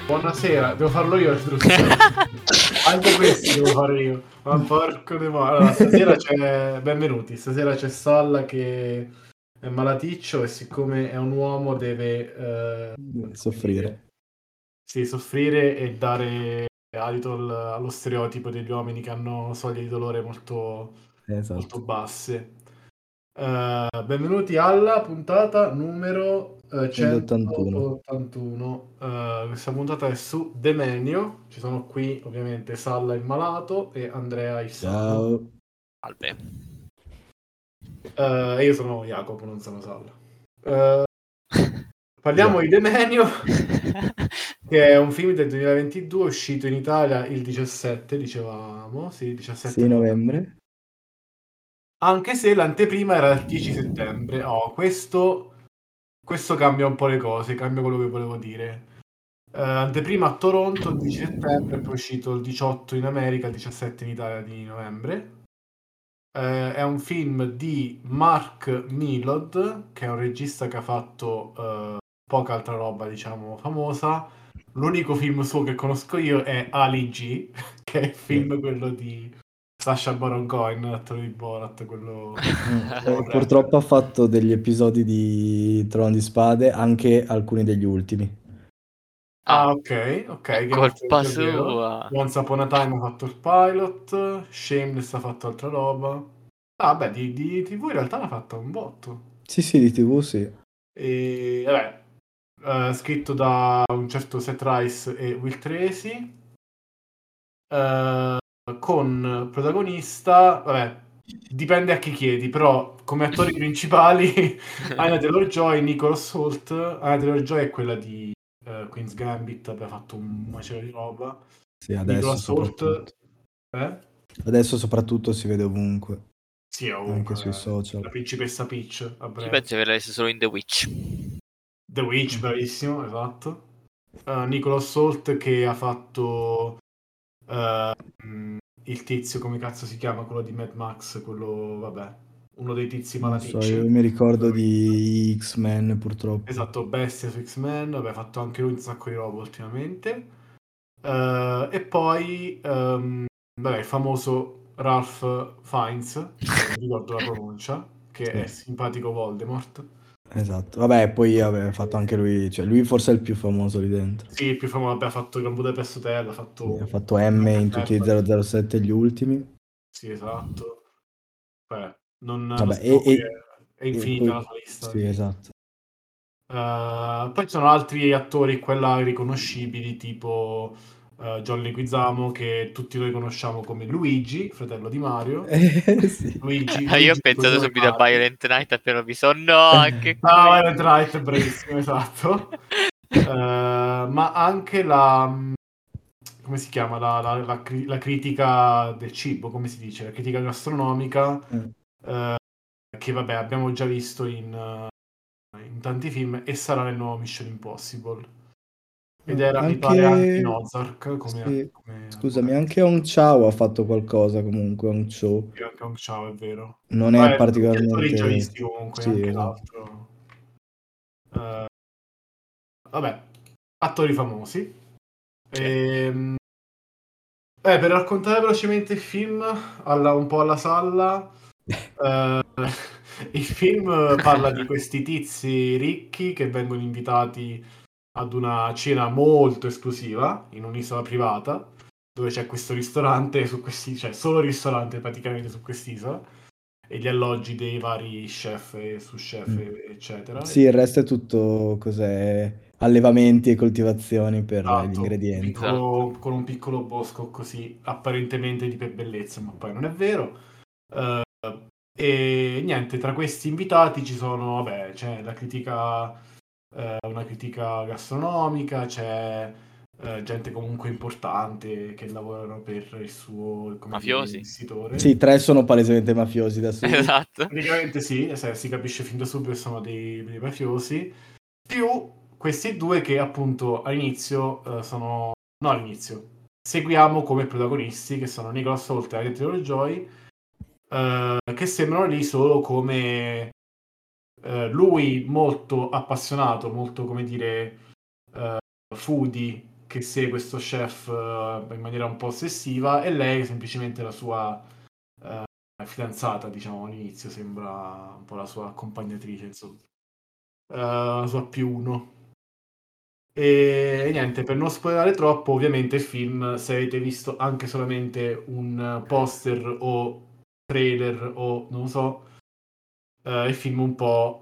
Buonasera, devo farlo io l'introduzione. Anche questo devo fare io. Ma porco de male. Allora, stasera c'è. Benvenuti. Stasera c'è Salla che è malaticcio e siccome è un uomo deve soffrire. Sì, soffrire e dare adito allo stereotipo degli uomini che hanno soglie di dolore molto, molto basse. Benvenuti alla puntata numero 181. Questa puntata è su Demenio. Ci sono qui ovviamente Salla il malato e Andrea il sano. Salve. E io sono Jacopo, non sono Salla. Parliamo di Demenio, che è un film del 2022 uscito in Italia il 17, dicevamo, sì, 17 novembre. Anche se l'anteprima era il 10 settembre. Questo cambia un po' le cose, cambia quello che volevo dire. Anteprima a Toronto il 10 settembre, poi è uscito il 18 in America, il 17 in Italia di novembre. È un film di Mark Mylod, che è un regista che ha fatto poca altra roba, diciamo, famosa. L'unico film suo che conosco io è Ali G, che è il film quello di Sacha Baron Cohen, l'attore di Borat, quello... Purtroppo ha fatto degli episodi di Trono di Spade, anche alcuni degli ultimi. Ok. Colpa sua. Once Upon a Time ha fatto il pilot, Shameless ha fatto altra roba. Beh, di TV in realtà l'ha fatta un botto. Sì, di TV sì. E vabbè, scritto da un certo Seth Rice e Will Tracy, con protagonista, vabbè, dipende a chi chiedi, però come attori principali Anya Taylor-Joy, Nicholas Hoult. Anya Taylor-Joy è quella di Queen's Gambit, aveva fatto un macello di roba. Sì, adesso Nicholas Hoult, soprattutto. Adesso soprattutto si vede ovunque. Sì, ovunque, anche sui social. La principessa Peach a breve. Io penso che l'avesse solo in The Witch. The Witch, bravissimo, esatto. Nicholas Hoult che ha fatto il tizio, come cazzo si chiama, quello di Mad Max, quello, vabbè, uno dei tizi Non so, malaticci. io mi ricordo di X-Men purtroppo. Esatto, Bestia su X-Men, aveva fatto anche lui un sacco di roba ultimamente. E poi, vabbè, il famoso Ralph Fiennes, non ricordo la pronuncia, che è simpatico Voldemort. Esatto, vabbè, poi aveva fatto anche lui, cioè lui forse è il più famoso lì dentro. Sì, il più famoso, ha fatto Gran Budapest Hotel, ha fatto... Ha fatto M in tutti i 007 gli ultimi. Sì, esatto. Non Vabbè, so, è infinita poi, la sua lista. sì, esatto. Poi ci sono altri attori quella riconoscibili, tipo John Leguizamo, che tutti noi conosciamo come Luigi, fratello di Mario. Sì. Luigi Io ho pensato subito a Violent Night, appena ho visto, no, anche qui. Violent Night, bravissimo, esatto. Ma anche come si chiama? La critica del cibo, come si dice? La critica gastronomica, che vabbè abbiamo già visto in tanti film e sarà nel nuovo Mission Impossible. Ed era, mi pare, anche in Ozark. Sì. Scusami, anche Hong Chau ha fatto qualcosa comunque, Hong Chau. Anche Hong Chau, è vero. Non è Gli attori già particolarmente... visti comunque, Sì, anche esatto. l'altro. Vabbè, attori famosi. Per raccontare velocemente il film, un po' alla Salla, il film parla di questi tizi ricchi che vengono invitati ad una cena molto esclusiva in un'isola privata, dove c'è questo ristorante cioè solo ristorante praticamente su quest'isola, e gli alloggi dei vari chef e sous-chef, eccetera. Sì, il resto è tutto allevamenti e coltivazioni per Esatto, gli ingredienti. con un piccolo bosco così apparentemente di per bellezza, ma poi non è vero. E niente, tra questi invitati ci sono, vabbè, c'è la critica, una critica gastronomica, c'è gente comunque importante che lavorano per il suo, come dire, Mafiosi. investitore. Sì, 3 sono palesemente mafiosi da subito. Esatto. Praticamente sì, si capisce fin da subito che sono dei mafiosi. Più questi due che appunto all'inizio sono... No, all'inizio. Seguiamo come protagonisti, che sono Nicholas Hoult e Anya Taylor-Joy, che sembrano lì solo come lui molto appassionato, molto, come dire, foodie che segue questo chef in maniera un po' ossessiva, e lei è semplicemente la sua fidanzata, diciamo, all'inizio sembra un po' la sua accompagnatrice, insomma, la sua più uno. E niente, per non spoilerare troppo, ovviamente il film, se avete visto anche solamente un poster o trailer o non lo so, il film un po',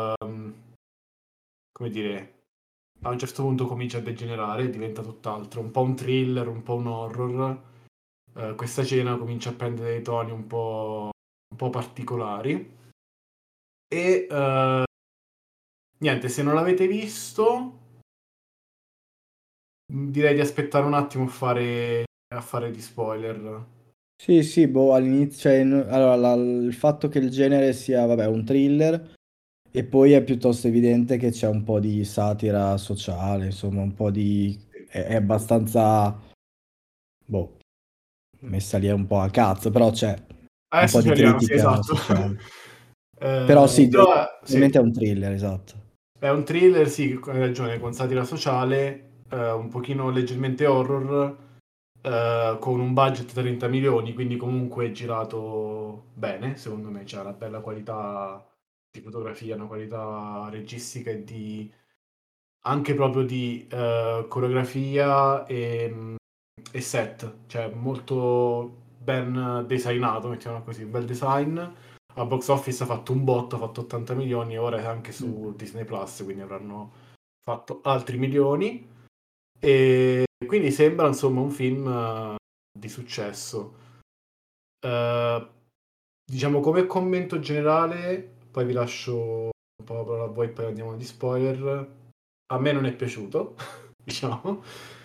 come dire, a un certo punto comincia a degenerare, diventa tutt'altro, un po' un thriller, un po' un horror. Questa cena comincia a prendere dei toni un po' particolari. E niente, se non l'avete visto, direi di aspettare un attimo a fare di spoiler. Sì, boh, all'inizio, cioè, allora, il fatto che il genere sia, vabbè, un thriller e poi è piuttosto evidente che c'è un po' di satira sociale, insomma, un po' di... è abbastanza, boh, messa lì un po' a cazzo, però c'è un Adesso po' ci di arriviamo, sì, critica esatto. sociale. Però sì, Però, sì, ovviamente è un thriller, esatto. è un thriller, sì, hai ragione, con satira sociale, un pochino leggermente horror, con un budget da 30 milioni, quindi comunque è girato bene, secondo me, c'è una bella qualità di fotografia, una qualità registica e di anche proprio di coreografia e set, cioè molto ben designato, mettiamola così, un bel design. A box office ha fatto un botto, ha fatto 80 milioni e ora è anche su Disney Plus, quindi avranno fatto altri milioni. E quindi sembra insomma un film di successo. Eh, diciamo come commento generale, poi vi lascio un po' la parola a voi, poi andiamo agli spoiler. A me non è piaciuto, diciamo.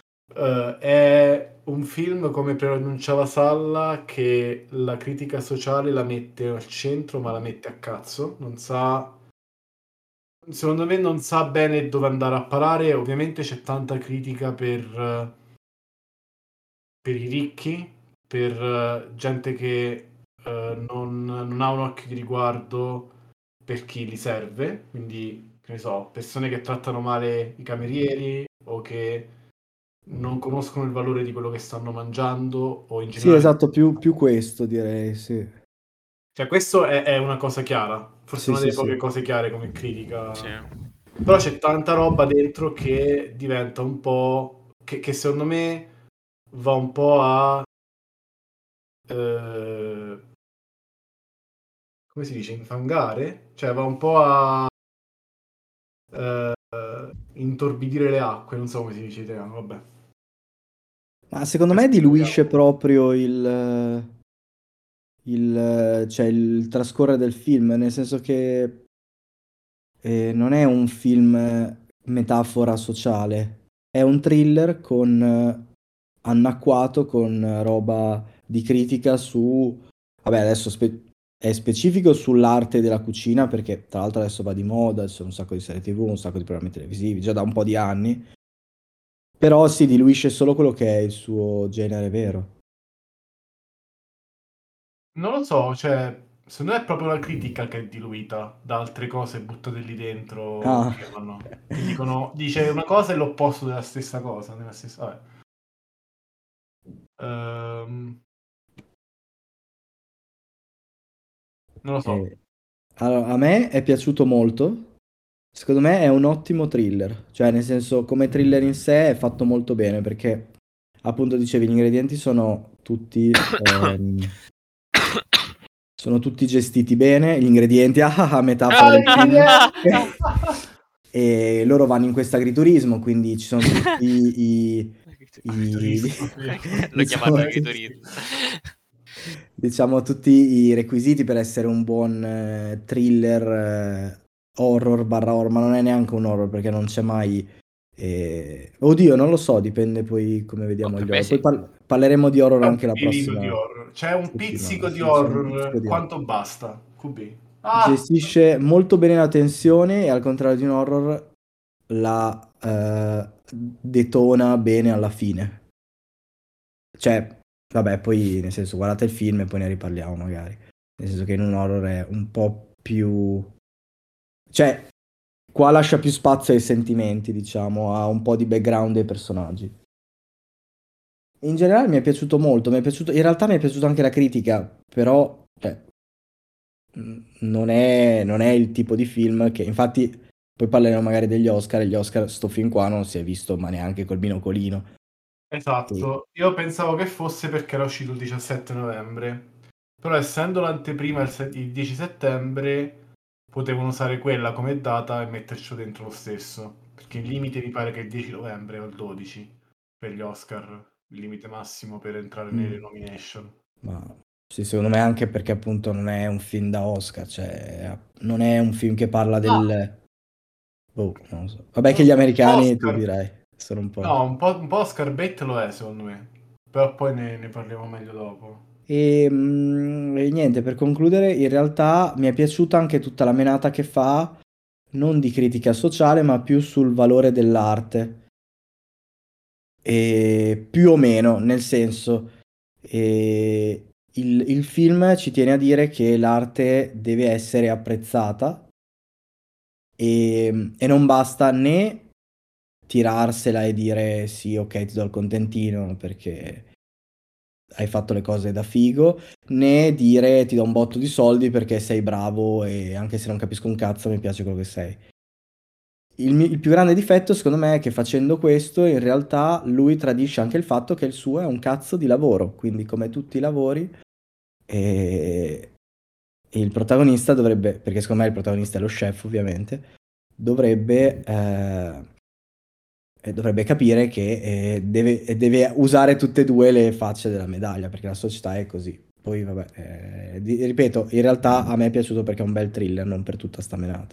È un film, come preannunciava Salla, che la critica sociale la mette al centro, ma la mette a cazzo. Non sa, secondo me non sa bene dove andare a parare. Ovviamente c'è tanta critica per i ricchi, per gente che non ha un occhio di riguardo per chi li serve, quindi, che ne so, persone che trattano male i camerieri o che non conoscono il valore di quello che stanno mangiando o in Sì, generale... esatto, più questo direi, sì. Cioè, questo è una cosa chiara, forse Sì, una sì, delle poche sì. cose chiare come critica. Sì. Però c'è tanta roba dentro che diventa un po'... che secondo me va un po' a... eh, come si dice? Infangare? Cioè va un po' a eh, intorbidire le acque, non so come si dice in italiano, vabbè. Ma secondo me Adesso ci diluisce arriviamo. proprio cioè il trascorrere del film, nel senso che non è un film metafora sociale, è un thriller con annacquato con roba di critica su, vabbè, adesso è specifico sull'arte della cucina perché tra l'altro adesso va di moda, ci sono un sacco di serie TV, un sacco di programmi televisivi, già da un po' di anni, però si diluisce solo quello che è il suo genere vero. Non lo so, cioè, secondo me è proprio la critica che è diluita da altre cose buttate lì dentro Ah. che vanno, che dicono, dice una cosa e l'opposto della stessa cosa, nella stessa, vabbè. Ehm, non lo so. Eh, allora, a me è piaciuto molto. Secondo me è un ottimo thriller, cioè nel senso come thriller in sé è fatto molto bene perché appunto dicevi gli ingredienti sono tutti gestiti bene, gli ingredienti, metafora Ah, del film, ingredienti! e loro vanno in questo agriturismo, quindi ci sono tutti Agriturismo, sì. L'ho chiamato diciamo, agriturismo. diciamo tutti i requisiti per essere un buon thriller horror barra horror, ma non è neanche un horror perché non c'è mai... Oddio, non lo so, dipende poi come Oh, vediamo per gli me horror. Poi sì. parleremo di horror C'è un anche la filino di prossima horror. C'è un settimana. pizzico di Sì, c'è un pizzico horror, di horror. quanto basta. QB. Ah! Gestisce molto bene la tensione e al contrario di un horror la detona bene alla fine. Cioè, vabbè, poi nel senso guardate il film e poi ne riparliamo magari. Nel senso che in un horror è un po' più... Cioè, qua lascia più spazio ai sentimenti, diciamo, ha un po' di background dei personaggi. In generale mi è piaciuto molto, in realtà mi è piaciuta anche la critica, però cioè, non è il tipo di film che, infatti, poi parleremo magari degli Oscar, e gli Oscar sto film qua non si è visto, ma neanche col binocolino. E- Esatto, io pensavo che fosse perché era uscito il 17 novembre, però essendo l'anteprima il 10 settembre, potevano usare quella come data e metterci dentro lo stesso, perché il limite mi pare che è il 10 novembre o il 12 per gli Oscar, il limite massimo per entrare nelle nomination. Ma sì, secondo me anche perché appunto non è un film da Oscar, cioè non è un film che parla No, del... Boh, non lo so. Vabbè che gli americani, tu Oscar, dirai, sono un po'... no, un po' Oscar bait lo è secondo me, però poi ne parliamo meglio dopo. E niente, per concludere, in realtà mi è piaciuta anche tutta la menata che fa, non di critica sociale, ma più sul valore dell'arte. E più o meno, nel senso, il film ci tiene a dire che l'arte deve essere apprezzata e non basta né tirarsela e dire sì, ok, ti do il contentino perché hai fatto le cose da figo, né dire ti do un botto di soldi perché sei bravo e anche se non capisco un cazzo mi piace quello che sei. Il più grande difetto, secondo me, è che facendo questo, in realtà lui tradisce anche il fatto che il suo è un cazzo di lavoro, quindi come tutti i lavori, e, e il protagonista dovrebbe, perché secondo me il protagonista è lo chef, ovviamente, dovrebbe capire che deve usare tutte e due le facce della medaglia, perché la società è così. Poi, vabbè, ripeto, in realtà a me è piaciuto perché è un bel thriller, non per tutta sta menata.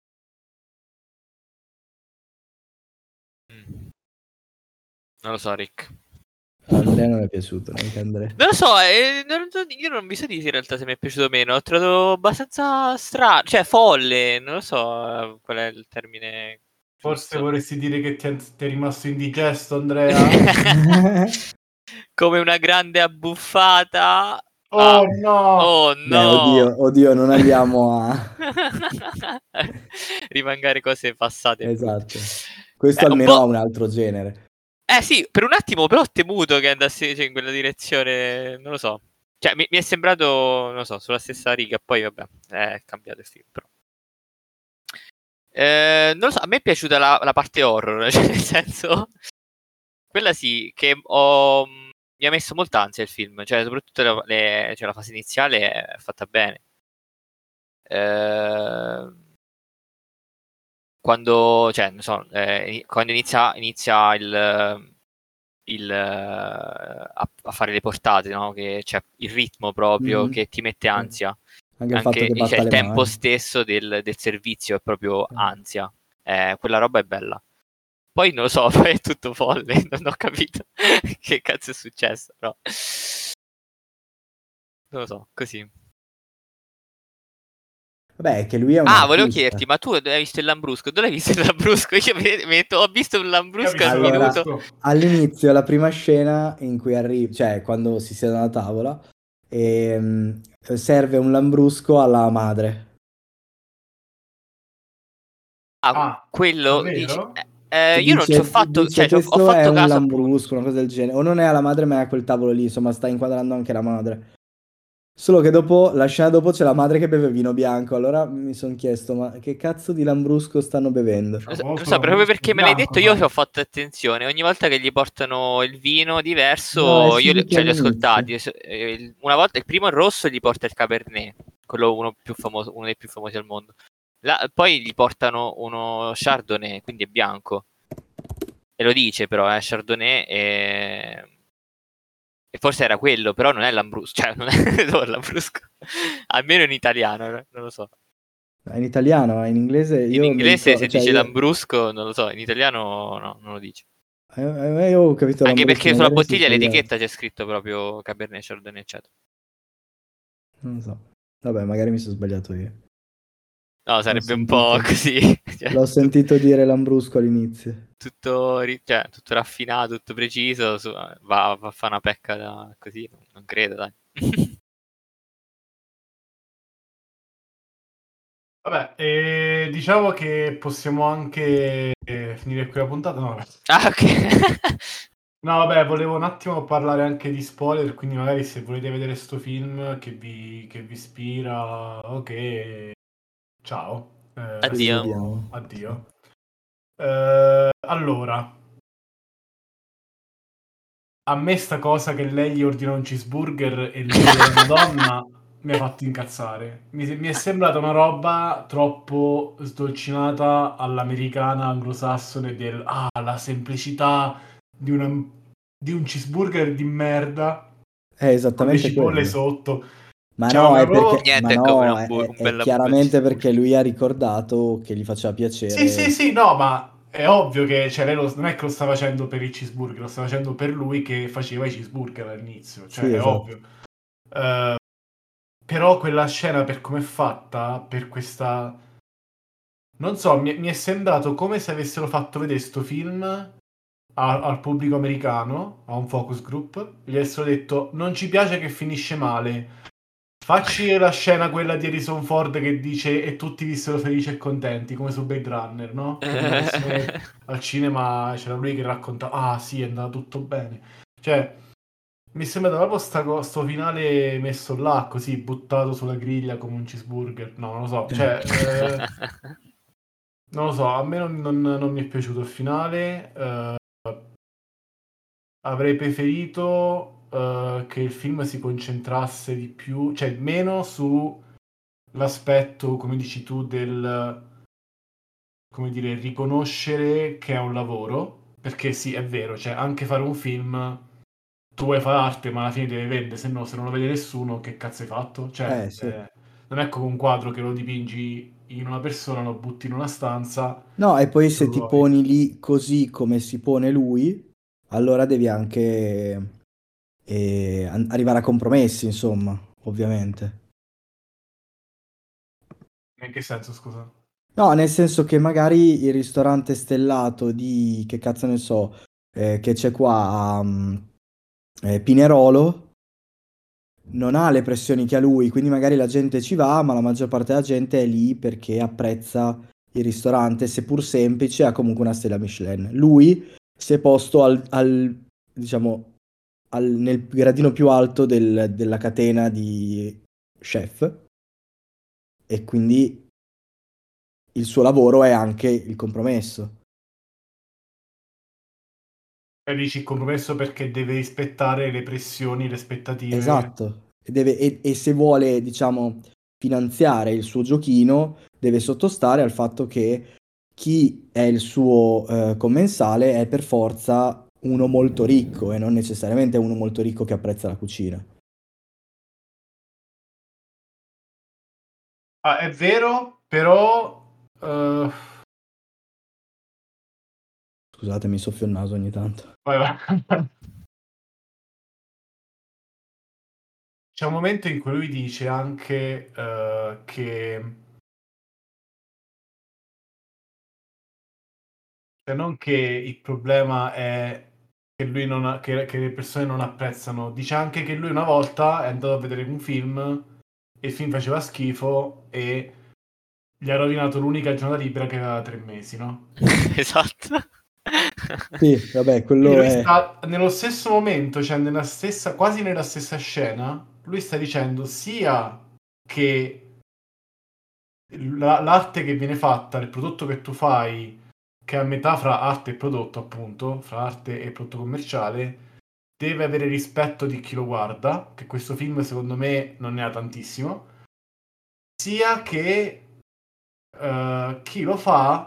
Non lo so, Rick. A Andrea non è piaciuto, neanche a Andrea. Non lo so, io non mi so dire in realtà se mi è piaciuto o meno. L'ho trovato abbastanza strano, cioè folle, non lo so qual è il termine Forse giusto. vorresti dire che ti è rimasto indigesto, Andrea? Come una grande abbuffata. Oh no! Oh Beh, no! oddio, non andiamo a... Rimangare cose passate e brutte. Esatto. Questo Un almeno ha po'. un altro genere. Sì, per un attimo però ho temuto che andasse in quella direzione, non lo so. Cioè, mi è sembrato, non lo so, sulla stessa riga, poi vabbè, è cambiato il film, però. Non lo so, a me è piaciuta la parte horror, cioè nel senso, quella sì, che mi ha messo molta ansia il film, cioè soprattutto cioè, la fase iniziale è fatta bene. Quando, cioè, non so, quando inizia a fare le portate, no? Che c'è il ritmo proprio che ti mette ansia. Anche il fatto Anche che batta cioè, il le tempo mani. stesso del servizio è proprio ansia. Quella roba è bella. Poi non lo so, poi è tutto folle, non ho capito che cazzo è successo, però. Non lo so, così. Vabbè, è che lui è un Volevo artista. chiederti, ma tu hai visto il Lambrusco? Dove hai visto il Lambrusco? Io ho visto un Lambrusco al Allora, minuto. all'inizio, la prima scena in cui arriva, cioè quando si siede alla tavola, serve un lambrusco alla madre. Quello dici. Davvero? Io non ci ho fatto, Dice cioè ho questo è fatto un caso appunto. lambrusco, una cosa del genere. O non è alla madre, ma è a quel tavolo lì, insomma, sta inquadrando anche la madre. Solo che dopo, la scena dopo c'è la madre che beve vino bianco. Allora mi sono chiesto, ma che cazzo di lambrusco stanno bevendo? Lo Famoso so, proprio lambrusco perché me l'hai bianco, detto, io sai? ho fatto attenzione. Ogni volta che gli portano il vino No, è diverso, subito cioè, li ho all'inizio. ascoltati. Una volta il primo è rosso, gli porta il Cabernet, quello uno più famoso, uno dei più famosi al mondo. Poi gli portano uno Chardonnay, quindi è bianco. E lo dice però, Chardonnay e forse era quello, però non è Lambrusco, cioè non è no, Lambrusco. Almeno in italiano, non lo so. In italiano, in inglese In io mi inglese ricordo, se cioè dice io, Lambrusco, non lo so, in italiano no, non lo dice. io ho capito Anche lambrusco, perché sulla magari mi sono bottiglia sbagliato. l'etichetta c'è scritto proprio Cabernet Chardonnay, eccetera. Non lo so. Vabbè, magari mi sono sbagliato io. No, L'ho sarebbe un po' sentito, così. Cioè, l'ho sentito dire lambrusco all'inizio. cioè, tutto raffinato, tutto preciso. Va a fare una pecca così, non credo, dai. Vabbè, diciamo che possiamo anche finire qui la puntata. No, vabbè. Ok. No, vabbè, volevo un attimo parlare anche di spoiler, quindi magari se volete vedere sto film che vi ispira, ok, ciao. Addio. Arrivediamo. Addio. Allora, a me sta cosa che lei gli ordina un cheeseburger e lui è una donna mi ha fatto incazzare. Mi è sembrata una roba troppo sdolcinata all'americana anglosassone la semplicità di, di un cheeseburger di merda È con le esattamente cipolle quello. sotto. Ma Cioè, no, proprio... è perché, ma Niente è come no, un è bel hamburger chiaramente perché cheeseburger. lui ha ricordato che gli faceva Sì, sì, piacere. sì, no, ma è ovvio che cioè, lei non è che lo sta facendo per il cheeseburger, lo sta facendo per lui che faceva i cheeseburger all'inizio, cioè Sì, è esatto. ovvio. Eh, Però quella scena per come è fatta, per questa... Non so, mi è sembrato come se avessero fatto vedere sto film al pubblico americano, a un focus group, gli avessero detto non ci piace che finisce male, facci la scena quella di Harrison Ford che dice e tutti vissero felici e contenti, come su Blade Runner, no? Che nella versione al cinema c'era lui che racconta, ah sì, è andato tutto bene. Cioè, mi è sembrato proprio sto finale messo là, così, buttato sulla griglia come un cheeseburger. No, non lo so, cioè, non lo so, a me non mi è piaciuto il finale. Avrei preferito che il film si concentrasse di più, cioè meno sull'aspetto, come dici tu, come dire, riconoscere che è un lavoro, perché sì, è vero, cioè anche fare un film, tu vuoi fare arte, ma alla fine deve vendere, se no, se non lo vede nessuno, che cazzo hai fatto? Cioè, Sì. non è come un quadro che lo dipingi in una persona, lo butti in una stanza, No, e poi se se lo ti vuoi. poni lì così come si pone lui, allora devi anche arrivare a compromessi, insomma, ovviamente. In che senso, scusa? No, nel senso che magari il ristorante stellato di, che cazzo ne so, che c'è qua a Pinerolo, non ha le pressioni che ha lui, quindi magari la gente ci va, ma la maggior parte della gente è lì perché apprezza il ristorante, seppur semplice, ha comunque una stella Michelin. Lui si è posto diciamo, nel gradino più alto della catena di chef e quindi il suo lavoro è anche il compromesso. E dici il compromesso perché deve rispettare le pressioni, le aspettative. Esatto. E se vuole, diciamo, finanziare il suo giochino, deve sottostare al fatto che chi è il suo commensale è per forza uno molto ricco e non necessariamente uno molto ricco che apprezza la cucina. Ah, è vero, però eh, Scusate, mi soffio il naso ogni tanto. vai, vai. C'è un momento in cui lui dice anche che cioè, non che il problema è che lui non ha- che le persone non apprezzano, dice anche che lui una volta è andato a vedere un film e il film faceva schifo e gli ha rovinato l'unica giornata libera che aveva da 3 mesi, no? Esatto. Sì, vabbè, Quindi quello lui è... sta nello stesso momento, cioè quasi nella stessa scena, lui sta dicendo sia che l'arte che viene fatta, il prodotto che tu fai, che è a metà fra arte e prodotto, appunto, fra arte e prodotto commerciale, deve avere rispetto di chi lo guarda, che questo film secondo me non ne ha tantissimo, sia che chi lo fa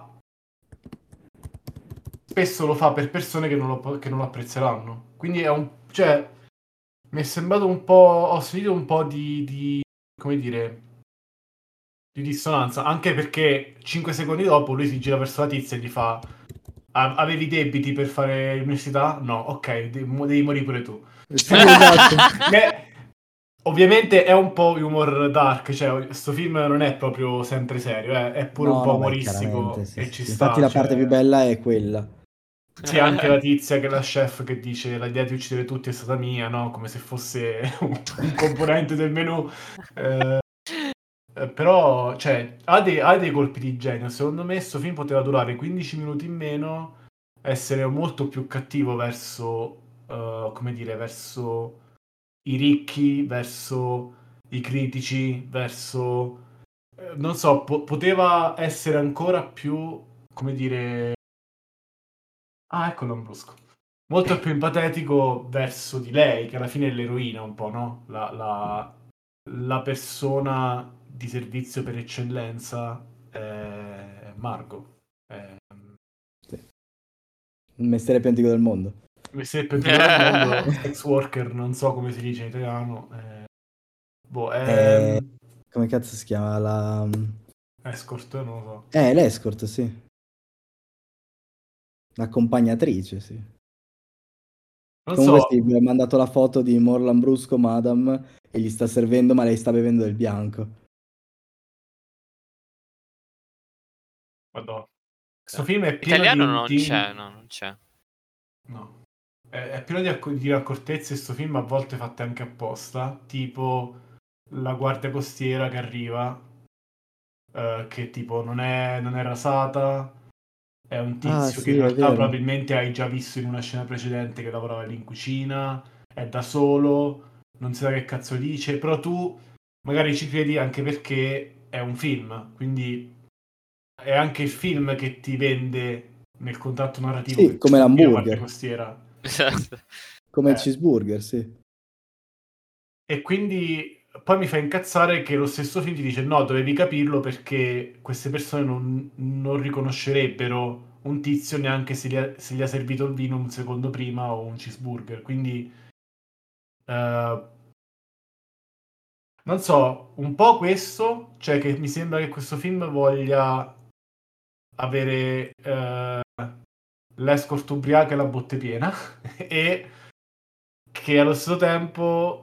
spesso lo fa per persone che non lo apprezzeranno. Quindi è un... cioè, mi è sembrato un po'... ho sentito un po' come dire... di dissonanza, anche perché 5 secondi dopo lui si gira verso la tizia e gli fa avevi debiti per fare l'università? No, ok, devi morire pure tu. Sì, esatto. Ovviamente è un po' humor dark, cioè sto film non è proprio sempre serio, è pure un No, po' no, beh, chiaramente, umoristico sì, e sì, ci sì. Infatti sta, la parte cioè... più bella è quella. Sì, anche la tizia che è la chef che dice la idea di uccidere tutti è stata mia, no? Come se fosse un componente del menù. Eh, però, cioè, ha dei colpi di genio. Secondo me, questo film poteva durare 15 minuti in meno, essere molto più cattivo verso come dire, verso i ricchi, verso i critici, verso... non so, poteva essere ancora più, come dire... Ah, ecco Lambrusco. Molto più empatetico verso di lei, che alla fine è l'eroina un po', no? La persona di servizio per eccellenza è Margot. È Il mestiere più antico del mondo. mestiere più antico del mondo, sex worker, non so come si dice in italiano. Boh, Come cazzo si chiama? escort, non lo so. L'escort, sì. L'accompagnatrice, sì. Non Comunque so, sì, mi ha mandato la foto di Morlan Brusco, Madame, e gli sta servendo, ma lei sta bevendo del bianco. madonna. Questo film è pieno Italiano non c'è, no, non c'è. No. È pieno di accortezze sto film, a volte fatte anche apposta, tipo la guardia costiera che arriva, che tipo non è rasata, è un Ah, tizio che in sì, è realtà vero. probabilmente hai già visto in una scena precedente che lavorava lì in cucina, è da solo, non si sa che cazzo dice, però tu magari ci credi anche perché è un film, quindi è anche il film che ti vende nel contratto narrativo Sì, che come c'è la guardia l'hamburger, costiera. Esatto. come il Eh, cheeseburger, sì. E quindi poi mi fa incazzare che lo stesso film ti dice no, dovevi capirlo perché queste persone non riconoscerebbero un tizio neanche se gli ha servito il vino un secondo prima o un cheeseburger. Quindi, eh, non so, un po' questo, cioè che mi sembra che questo film voglia avere l'escort ubriaca e la botte piena e che allo stesso tempo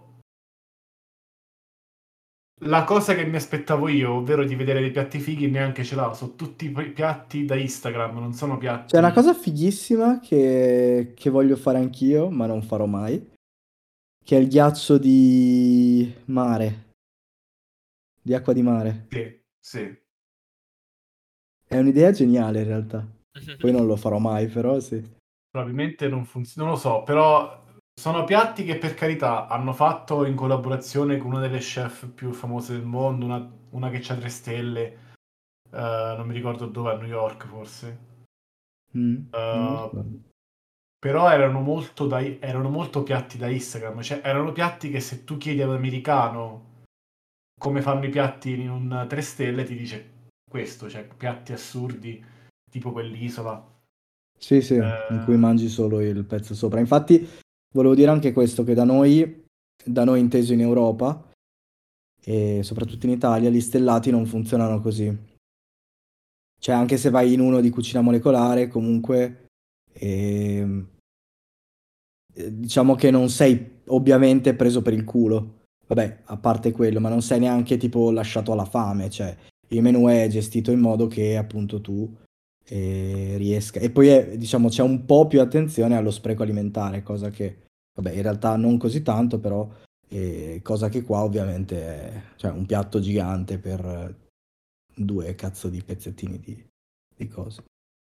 la cosa che mi aspettavo io, ovvero di vedere dei piatti fighi, neanche ce l'ha. Sono tutti piatti da Instagram, non sono C'è una piatti... cosa fighissima che voglio fare anch'io, ma non farò mai, che è il ghiaccio di mare, di acqua di mare. Sì, sì. È un'idea geniale in realtà. Poi non lo farò mai, però sì. Probabilmente non funziona, non lo so, però sono piatti che per carità hanno fatto in collaborazione con una delle chef più famose del mondo, una che ha 3 stelle, non mi ricordo dove, a New York forse. Non lo Eh, so. Però erano molto piatti da Instagram, cioè erano piatti che se tu chiedi ad un americano come fanno i piatti in un 3 stelle ti dice questo, cioè piatti assurdi tipo quell'isola. Sì, sì, in cui Eh, mangi solo il pezzo sopra. Infatti, volevo dire anche questo, che da noi inteso in Europa, e soprattutto in Italia, gli stellati non funzionano così. Cioè, anche se vai in uno di cucina molecolare, comunque, ehm, diciamo che non sei ovviamente preso per il culo. Vabbè, a parte quello, ma non sei neanche tipo lasciato alla fame. Cioè, il menù è gestito in modo che appunto tu riesca. E poi diciamo, c'è un po' più attenzione allo spreco alimentare, cosa che, vabbè, in realtà non così tanto, però, cosa che qua ovviamente è, cioè, un piatto gigante per due cazzo di pezzettini di cose.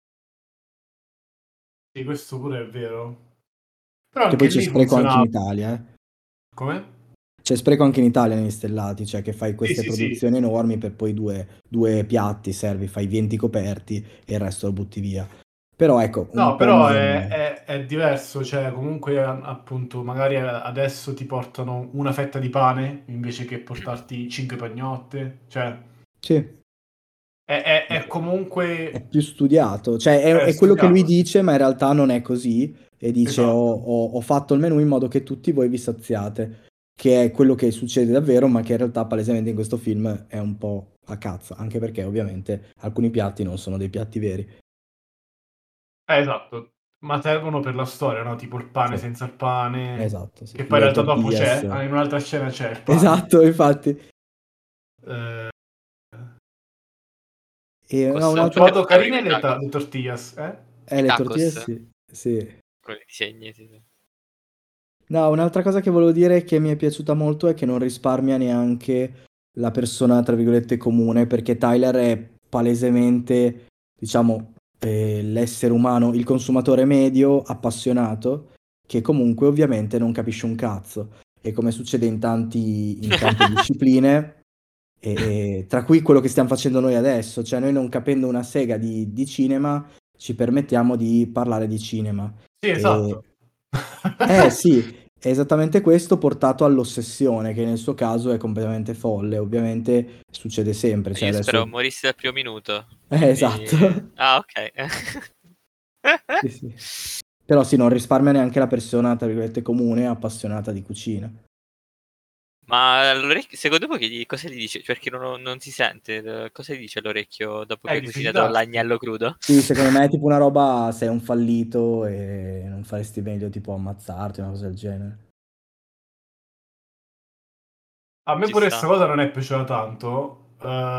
sì, questo pure è vero. Però Che poi anche c'è lì spreco anche in funzionava. Italia, eh. Come? C'è spreco anche in Italia negli stellati, cioè che fai Sì, queste sì, sì. produzioni enormi per poi due piatti, servi, fai 20 coperti e il resto lo butti via. Però ecco, No, un po' mi però viene... è diverso, cioè comunque appunto magari adesso ti portano una fetta di pane invece che portarti 5 pagnotte, cioè Sì, è è comunque più studiato, cioè è quello che lui studiato, sì. dice, ma in realtà non è così. E dice: Esatto. ho fatto il menù in modo che tutti voi vi saziate, che è quello che succede davvero, ma che in realtà palesemente in questo film è un po' a cazzo, anche perché ovviamente alcuni piatti non sono dei piatti veri. Esatto, ma servono per la storia, no? Tipo il pane Sì, senza il pane, esatto, sì. che poi in Le realtà dopo tortillas. c'è, in un'altra scena c'è il pane. Esatto, infatti. Eh, E no, Questo un'altra... potremmo Trovato fare carine i tacos. le tortillas, eh? I Le tortillas tacos, sì, sì. con i disegni. Sì, sì. No, un'altra cosa che volevo dire che mi è piaciuta molto è che non risparmia neanche la persona, tra virgolette, comune, perché Tyler è palesemente, diciamo, l'essere umano, il consumatore medio, appassionato, che comunque ovviamente non capisce un cazzo. E come succede in tante discipline, e tra cui quello che stiamo facendo noi adesso, cioè noi non capendo una sega di cinema ci permettiamo di parlare di cinema. Sì, esatto. Sì, è esattamente questo portato all'ossessione, che nel suo caso è completamente folle. Ovviamente succede sempre, cioè Io adesso... spero morissi dal primo minuto. Quindi... Esatto. Ah, ok. Sì, sì. Però sì, non risparmia neanche la persona, tra virgolette, comune, appassionata di cucina. Ma all'orecchio, secondo voi cosa gli dice? Perché non si sente. Cosa gli dice all'orecchio dopo che hai Di cucinato suicidarsi. l'agnello crudo? Sì, secondo me è tipo una roba, sei un fallito e non faresti meglio tipo ammazzarti, una cosa del genere. A me Ci pure sta. questa cosa non è piaciuta tanto,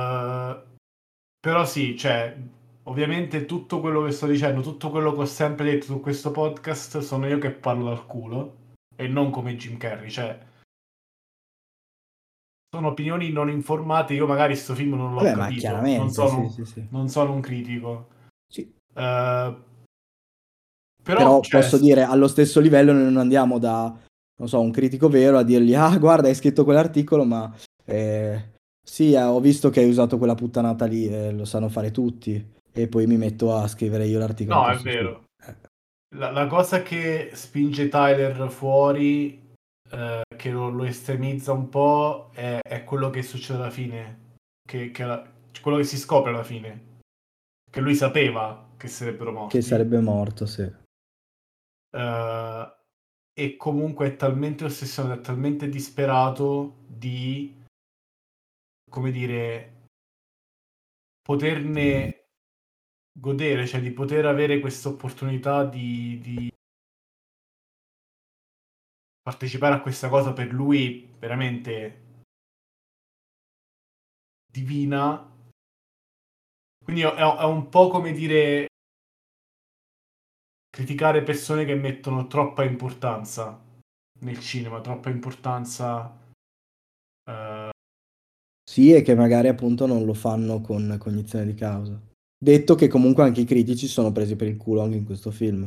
però sì, cioè, ovviamente tutto quello che sto dicendo, tutto quello che ho sempre detto su questo podcast, sono io che parlo dal culo e non come Jim Carrey, cioè, sono opinioni non informate, io magari sto film non l'ho Vabbè, ma capito, chiaramente, sì, sì, sì. non sono un critico. Sì. Però, Però cioè, posso dire, allo stesso livello noi non andiamo da, non so, un critico vero a dirgli, ah, guarda, hai scritto quell'articolo, ma sì, ho visto che hai usato quella puttanata lì, lo sanno fare tutti. E poi mi metto a scrivere io l'articolo al no, è posto suo. vero. La cosa che spinge Tyler fuori, che lo estremizza un po', è quello che succede alla fine, quello che si scopre alla fine, che lui sapeva che sarebbero Che morti, sarebbe morto, sì. e comunque è talmente ossessionato, è talmente disperato di, come dire, poterne godere, cioè di poter avere questa opportunità di partecipare a questa cosa per lui veramente divina. Quindi è un po' come dire criticare persone che mettono troppa importanza nel cinema, troppa importanza. Sì, e che magari appunto non lo fanno con cognizione di causa. Detto che comunque anche i critici sono presi per il culo anche in questo film.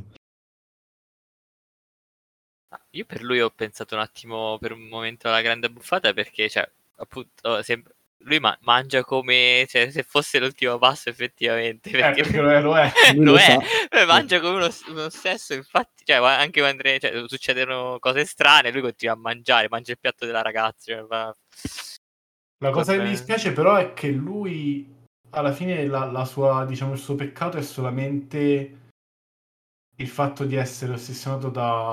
Io per lui ho pensato un attimo per un momento alla grande buffata perché, cioè, appunto, lui mangia come cioè, se fosse l'ultimo passo effettivamente. Perché Perché lo è. Lui lo lo è, sa. mangia come uno stesso, infatti, cioè, anche quando succedono cose strane, lui continua a mangiare, mangia il piatto della ragazza. Cioè, La cosa che mi dispiace però è che lui alla fine la sua, diciamo, il suo peccato è solamente il fatto di essere ossessionato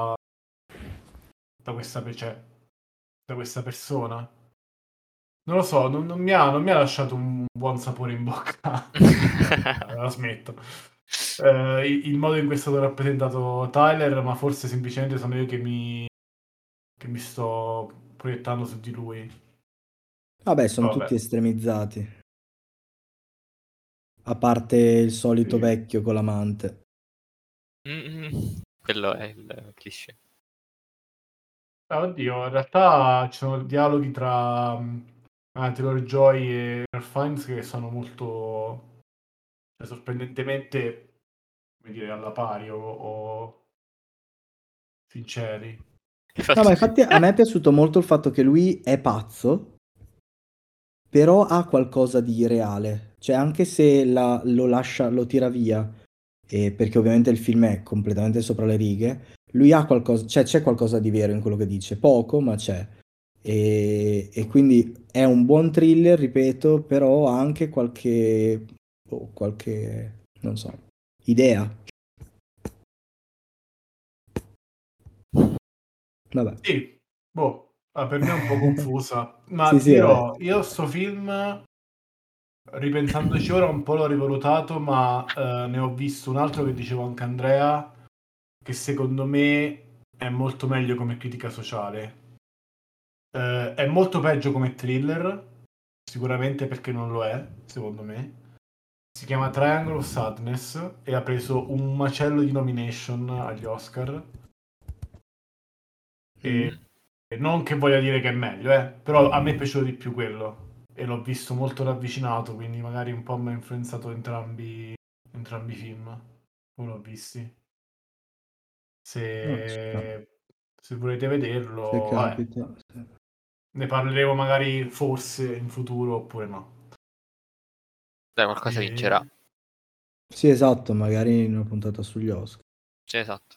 da cioè, da questa persona. Non lo so, non mi ha lasciato un buon sapore in bocca. La smetto. Il modo in cui è stato rappresentato Tyler, ma forse semplicemente sono io che mi sto proiettando su di lui. Vabbè, sono Vabbè, tutti estremizzati. A parte il solito sì. vecchio con l'amante. Quello è il cliché. Oddio, in realtà ci sono dialoghi tra Taylor Joy e Ralph Fiennes che sono molto, cioè, sorprendentemente, come dire, alla pari o sinceri. No, ma infatti a me è piaciuto molto il fatto che lui è pazzo, però ha qualcosa di reale. Cioè, anche se lo lascia, lo tira via, perché ovviamente il film è completamente sopra le righe, lui ha qualcosa, cioè c'è qualcosa di vero in quello che dice. Poco, ma c'è. E quindi è un buon thriller, ripeto, però ha anche qualche, non so, idea. Vabbè. Sì, boh, per me è un po' confusa, ma Sì, ti sì, vabbè. dirò, io sto film, ripensandoci ora, un po' l'ho rivalutato, ma ne ho visto un altro che dicevo anche Andrea, che secondo me è molto meglio come critica sociale. È molto peggio come thriller, sicuramente perché non lo è, secondo me. Si chiama Triangle of Sadness e ha preso un macello di nomination agli Oscar. E Mm. non che voglia dire che è meglio, però a me è piaciuto di più quello. E l'ho visto molto ravvicinato, quindi magari un po' mi ha influenzato entrambi i film. Come l'ho visti? se volete vederlo, Se vabbè, capita. Sì. ne parleremo magari forse in futuro oppure no. Dai, qualcosa vincerà. Sì, esatto, magari in una puntata sugli Oscar. Sì, esatto.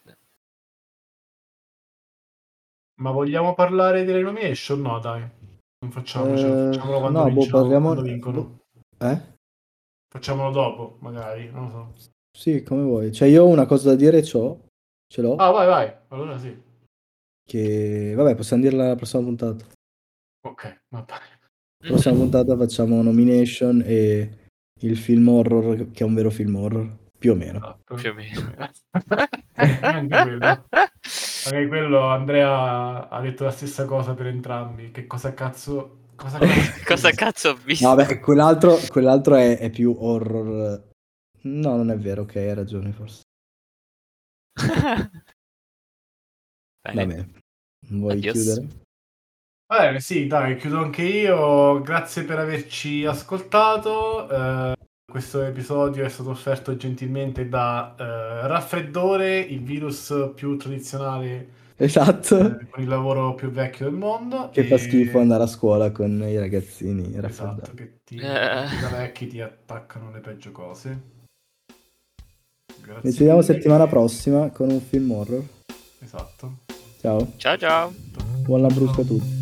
Ma vogliamo parlare delle nomination? No, dai, non facciamocelo. Facciamolo quando No, vinciamo, parliamo... quando vincono. Facciamolo dopo, magari, non lo so. Sì, come vuoi. Cioè, io ho una cosa da dire, ce l'ho, Ah, vai, allora sì. che... Vabbè, possiamo dirla la prossima puntata. Ok, va bene. Prossima puntata facciamo nomination e il film horror, che è un vero film horror, più o meno. Esatto, Più o meno. Anche quello. Anche quello Andrea ha detto la stessa cosa per entrambi. Che cosa cazzo... Cosa cazzo... Cosa cazzo ho visto? No, vabbè, quell'altro è più horror. No, non è vero, ok, hai ragione forse. Va Bene. bene. Vuoi Adios. chiudere? Va bene, sì, dai, chiudo anche io. Grazie per averci ascoltato. Questo episodio è stato offerto gentilmente da Raffreddore, il virus più tradizionale Esatto. con il lavoro più vecchio del mondo. Che fa schifo andare a scuola con i ragazzini Esatto, raffreddati. che da vecchi ti attaccano le peggio cose. Ci Grazie vediamo mille. settimana prossima con un film horror. Esatto. Ciao. Ciao ciao. Buon Lambrusco a tutti.